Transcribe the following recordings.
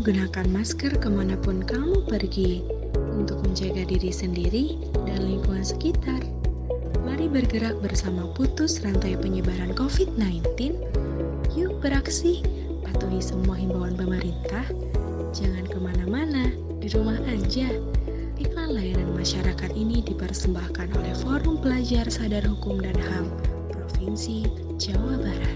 gunakan masker kemanapun kamu pergi untuk menjaga diri sendiri dan lingkungan sekitar. Mari bergerak bersama putus rantai penyebaran COVID-19. Yuk beraksi, patuhi semua himbauan pemerintah. Jangan kemana-mana, di rumah aja. Iklan layanan masyarakat ini dipersembahkan oleh Forum Pelajar Sadar Hukum dan HAM, Provinsi Jawa Barat.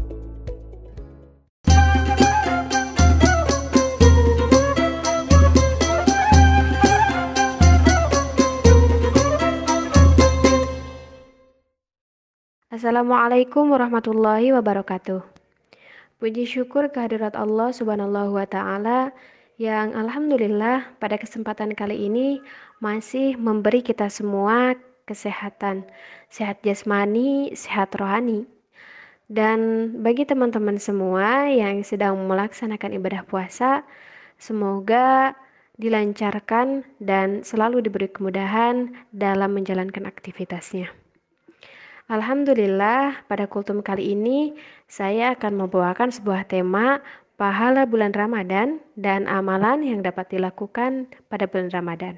Assalamualaikum warahmatullahi wabarakatuh. Puji syukur kehadirat Allah Subhanahu wa Ta'ala yang alhamdulillah pada kesempatan kali ini masih memberi kita semua kesehatan, sehat jasmani, sehat rohani. Dan bagi teman-teman semua yang sedang melaksanakan ibadah puasa, semoga dilancarkan dan selalu diberi kemudahan dalam menjalankan aktivitasnya. Alhamdulillah, pada kultum kali ini saya akan membawakan sebuah tema pahala bulan Ramadan dan amalan yang dapat dilakukan pada bulan Ramadan.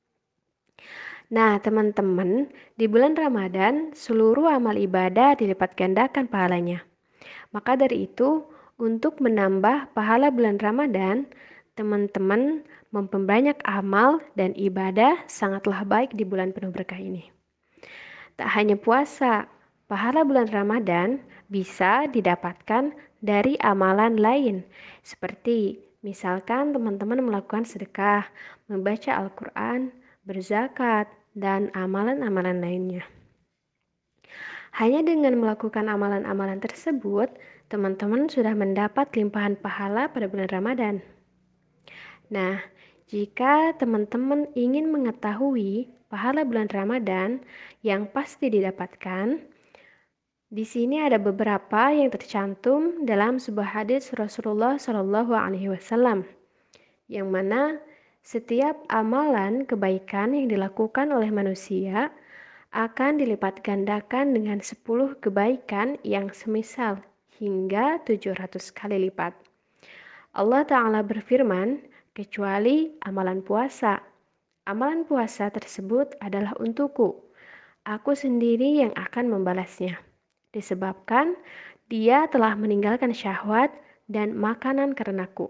Nah, teman-teman, di bulan Ramadan seluruh amal ibadah dilipat gandakan pahalanya. Maka dari itu, untuk menambah pahala bulan Ramadan, teman-teman memperbanyak amal dan ibadah sangatlah baik di bulan penuh berkah ini. Tak hanya puasa, pahala bulan Ramadan bisa didapatkan dari amalan lain, seperti misalkan teman-teman melakukan sedekah, membaca Al-Quran, berzakat, dan amalan-amalan lainnya. Hanya dengan melakukan amalan-amalan tersebut, teman-teman sudah mendapat limpahan pahala pada bulan Ramadan. Nah, jika teman-teman ingin mengetahui pahala bulan Ramadan yang pasti didapatkan, di sini ada beberapa yang tercantum dalam sebuah hadis Rasulullah Shallallahu Alaihi Wasallam, yang mana setiap amalan kebaikan yang dilakukan oleh manusia akan dilipat gandakan dengan 10 kebaikan yang semisal hingga 700 kali lipat. Allah Ta'ala berfirman, kecuali amalan puasa. Amalan puasa tersebut adalah untukku. Aku sendiri yang akan membalasnya. Disebabkan dia telah meninggalkan syahwat dan makanan karenaku.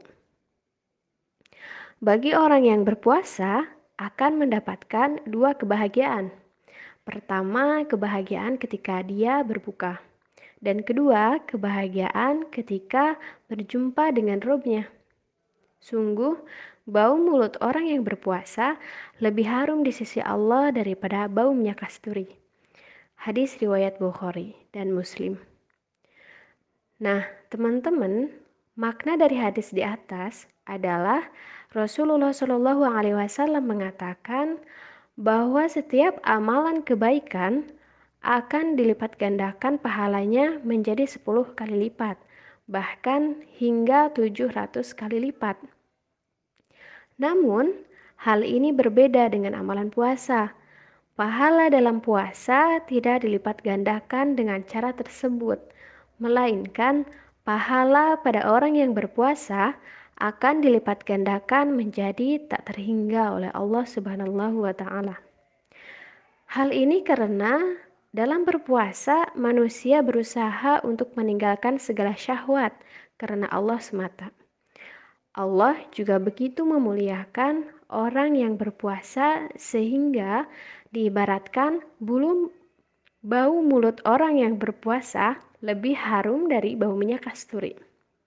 Bagi orang yang berpuasa akan mendapatkan dua kebahagiaan. Pertama, kebahagiaan ketika dia berbuka. Dan kedua, kebahagiaan ketika berjumpa dengan Robnya. Sungguh, bau mulut orang yang berpuasa lebih harum di sisi Allah daripada bau minyak kasturi. Hadis riwayat Bukhari dan Muslim. Nah, teman-teman, makna dari hadis di atas adalah Rasulullah Shallallahu Alaihi Wasallam mengatakan bahwa setiap amalan kebaikan akan dilipat gandakan pahalanya menjadi 10 kali lipat, bahkan hingga 700 kali lipat. Namun, hal ini berbeda dengan amalan puasa. Pahala dalam puasa tidak dilipat gandakan dengan cara tersebut, melainkan pahala pada orang yang berpuasa akan dilipat gandakan menjadi tak terhingga oleh Allah Subhanahu wa Ta'ala. Hal ini karena dalam berpuasa manusia berusaha untuk meninggalkan segala syahwat karena Allah semata. Allah juga begitu memuliakan orang yang berpuasa sehingga diibaratkan bau mulut orang yang berpuasa lebih harum dari bau minyak kasturi.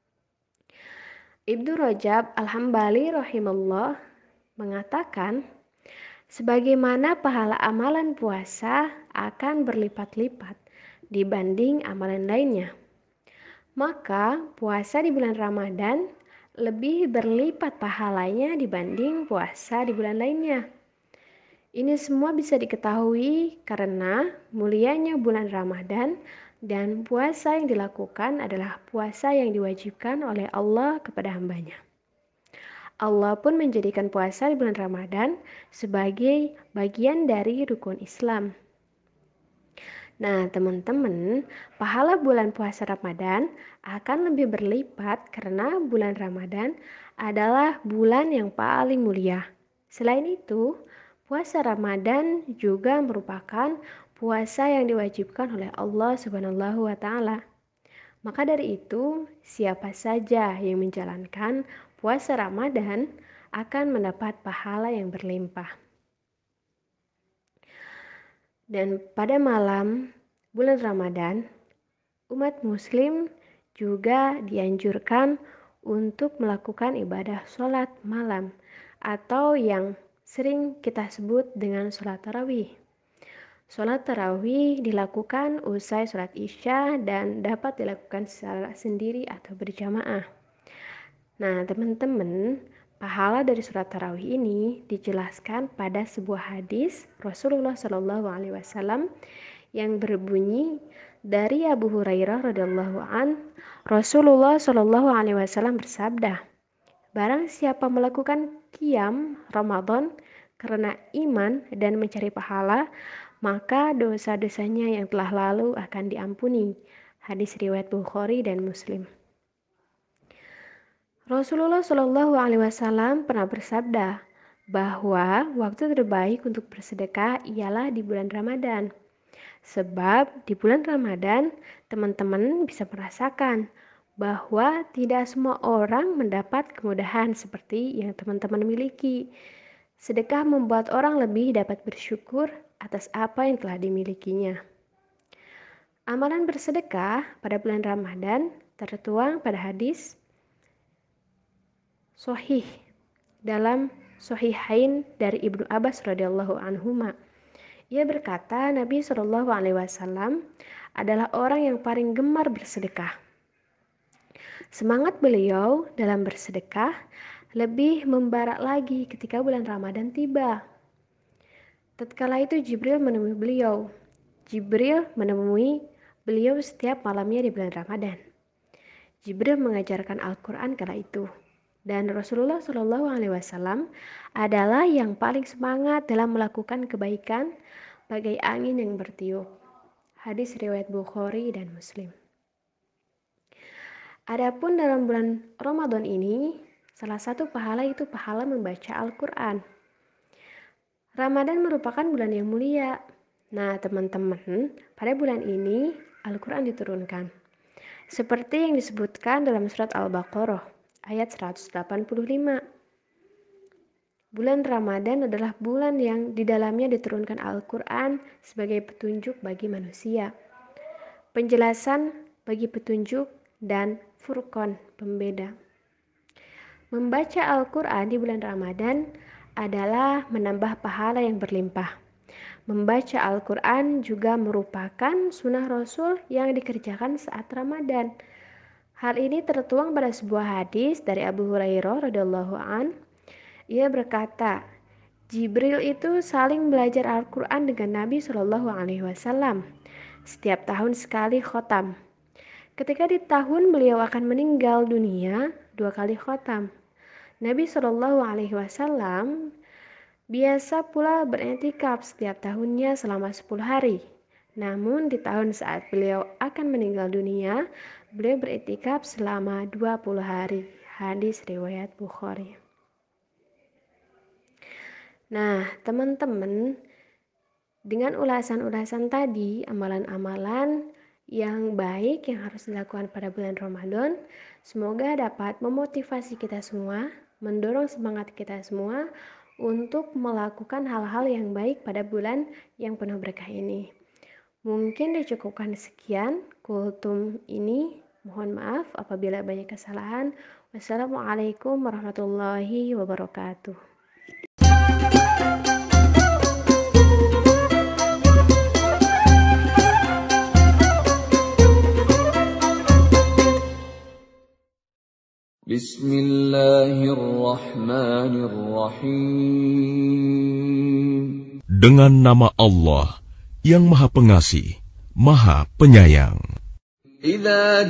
Ibnu Rajab Al-Hambali rahimahullah mengatakan, sebagaimana pahala amalan puasa akan berlipat-lipat dibanding amalan lainnya, maka puasa di bulan Ramadan lebih berlipat pahalanya dibanding puasa di bulan lainnya. Ini semua bisa diketahui karena mulianya bulan Ramadan dan puasa yang dilakukan adalah puasa yang diwajibkan oleh Allah kepada hambanya. Allah pun menjadikan puasa di bulan Ramadan sebagai bagian dari rukun Islam. Nah, teman-teman, pahala bulan puasa Ramadan akan lebih berlipat karena bulan Ramadan adalah bulan yang paling mulia. Selain itu, puasa Ramadan juga merupakan puasa yang diwajibkan oleh Allah Subhanahu wa taala. Maka dari itu, siapa saja yang menjalankan puasa Ramadan akan mendapat pahala yang berlimpah. Dan pada malam bulan Ramadan, umat muslim juga dianjurkan untuk melakukan ibadah sholat malam atau yang sering kita sebut dengan sholat tarawih. Sholat tarawih dilakukan usai sholat isya dan dapat dilakukan secara sendiri atau berjamaah. Nah, teman-teman, pahala dari sholat tarawih ini dijelaskan pada sebuah hadis Rasulullah SAW yang berbunyi dari Abu Hurairah radhiyallahu an, Rasulullah SAW bersabda, barang siapa melakukan qiyam Ramadan karena iman dan mencari pahala, maka dosa-dosanya yang telah lalu akan diampuni. Hadis riwayat Bukhari dan Muslim. Rasulullah SAW pernah bersabda bahwa waktu terbaik untuk bersedekah ialah di bulan Ramadan. Sebab di bulan Ramadan, teman-teman bisa merasakan bahwa tidak semua orang mendapat kemudahan seperti yang teman-teman miliki. Sedekah membuat orang lebih dapat bersyukur atas apa yang telah dimilikinya. Amalan bersedekah pada bulan Ramadan tertuang pada hadis Sahih dalam Sahihain dari Ibnu Abbas radhiyallahu anhuma. Ia berkata, Nabi SAW adalah orang yang paling gemar bersedekah. Semangat beliau dalam bersedekah lebih membara lagi ketika bulan Ramadan tiba. Tatkala itu Jibril menemui beliau. Jibril menemui beliau setiap malamnya di bulan Ramadan. Jibril mengajarkan Al-Quran kala itu. Dan Rasulullah SAW adalah yang paling semangat dalam melakukan kebaikan bagai angin yang bertiup. Hadis riwayat Bukhari dan Muslim. Adapun dalam bulan Ramadan ini, salah satu pahala itu pahala membaca Al-Quran. Ramadan merupakan bulan yang mulia. Nah, teman-teman, pada bulan ini Al-Quran diturunkan. Seperti yang disebutkan dalam surat Al-Baqarah ayat 185. Bulan Ramadan adalah bulan yang di dalamnya diturunkan Al-Quran sebagai petunjuk bagi manusia, penjelasan bagi petunjuk, dan furqan, pembeda. Membaca Al-Quran di bulan Ramadan adalah menambah pahala yang berlimpah. Membaca Al-Quran juga merupakan sunnah Rasul yang dikerjakan saat Ramadan. Hal ini tertuang pada sebuah hadis dari Abu Hurairah radhiyallahu an. Ia berkata, Jibril itu saling belajar Al-Quran dengan Nabi SAW. Setiap tahun sekali khotam. Ketika di tahun beliau akan meninggal dunia, 2 kali khotam. Nabi SAW biasa pula beriktikaf setiap tahunnya selama 10 hari. Namun di tahun saat beliau akan meninggal dunia, beliau beriktikaf selama 20 hari. Hadis riwayat Bukhari. Nah, teman-teman, dengan ulasan-ulasan tadi, amalan-amalan yang baik yang harus dilakukan pada bulan Ramadan, semoga dapat memotivasi kita semua, mendorong semangat kita semua untuk melakukan hal-hal yang baik pada bulan yang penuh berkah ini. Mungkin dicukupkan sekian kultum ini. Mohon maaf apabila banyak kesalahan. Wassalamualaikum warahmatullahi wabarakatuh. Bismillahirrahmanirrahim. Dengan nama Allah yang Maha Pengasih, Maha Penyayang. Idza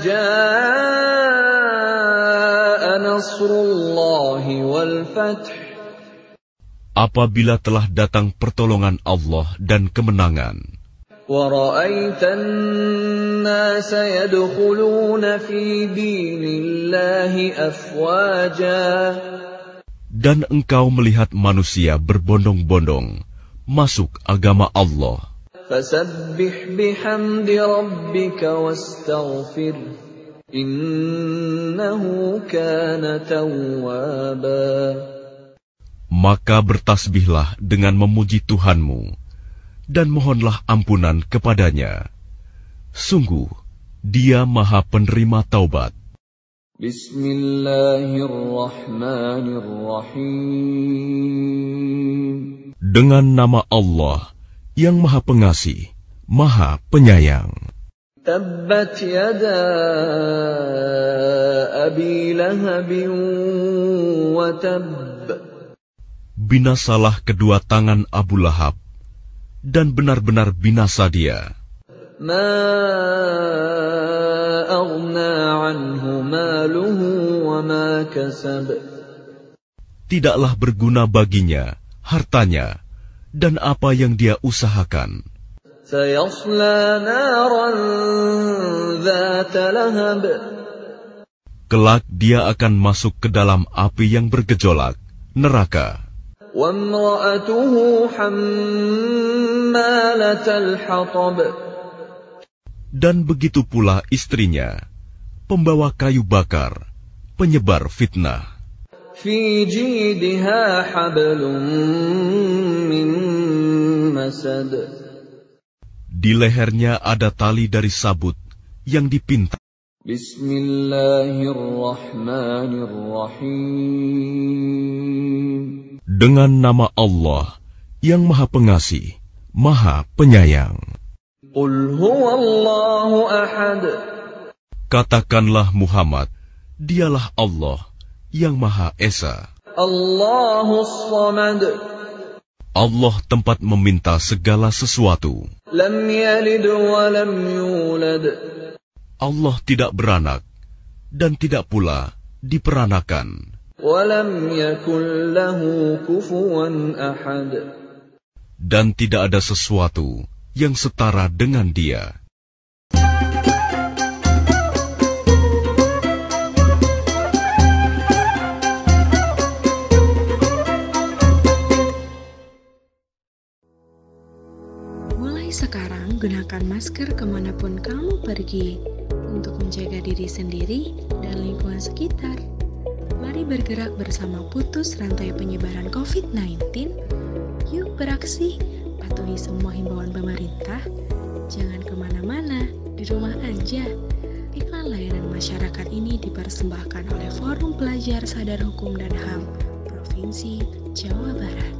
jaa nasrullahi wal fath. Apabila telah datang pertolongan Allah dan kemenangan. وَرَأَيْتَ النَّاسَ يَدْخُلُونَ فِي دِينِ اللَّهِ أَفْوَاجًا. Dan engkau melihat manusia berbondong-bondong masuk agama Allah. فَسَبِّحْ بِحَمْدِ رَبِّكَ وَاسْتَغْفِرْهُ إِنَّهُ كَانَ تَوَّابًا. Maka bertasbihlah dengan memuji Tuhanmu dan mohonlah ampunan kepadanya. Sungguh, Dia Maha Penerima Taubat. Bismillahirrahmanirrahim. Dengan nama Allah yang Maha Pengasih, Maha Penyayang. Tabbat yada Abi Lahabin wa tabb. Binasalah kedua tangan Abu Lahab, dan benar-benar binasa dia. Ma aghna anhu maluhu wa ma kasab. Tidaklah berguna baginya hartanya dan apa yang dia usahakan. Sayasla naran dzata lahab. Kelak dia akan masuk ke dalam api yang bergejolak, neraka. Wa imra'atuhu hammalatal hatab. Dan begitu pula istrinya, pembawa kayu bakar, penyebar fitnah. Fi jidha hablum min masad. Di lehernya ada tali dari sabut yang dipintal. Bismillahirrahmanirrahim. Dengan nama Allah yang Maha Pengasih, Maha Penyayang. Qul huwallahu ahad. Katakanlah Muhammad, Dialah Allah yang Maha Esa. Allahus samad. Allah tempat meminta segala sesuatu. Lam yalid wa lam yulad. Allah tidak beranak dan tidak pula diperanakan. Wa lam yakul lahu kufuwan ahad. Dan tidak ada sesuatu yang setara dengan Dia. Mulai sekarang, gunakan masker kemanapun kamu pergi untuk menjaga diri sendiri dan lingkungan sekitar. Mari bergerak bersama putus rantai penyebaran COVID-19. Yuk beraksi, patuhi semua himbauan pemerintah. Jangan kemana-mana, di rumah aja. Iklan layanan masyarakat ini dipersembahkan oleh Forum Pelajar Sadar Hukum dan HAM Provinsi Jawa Barat.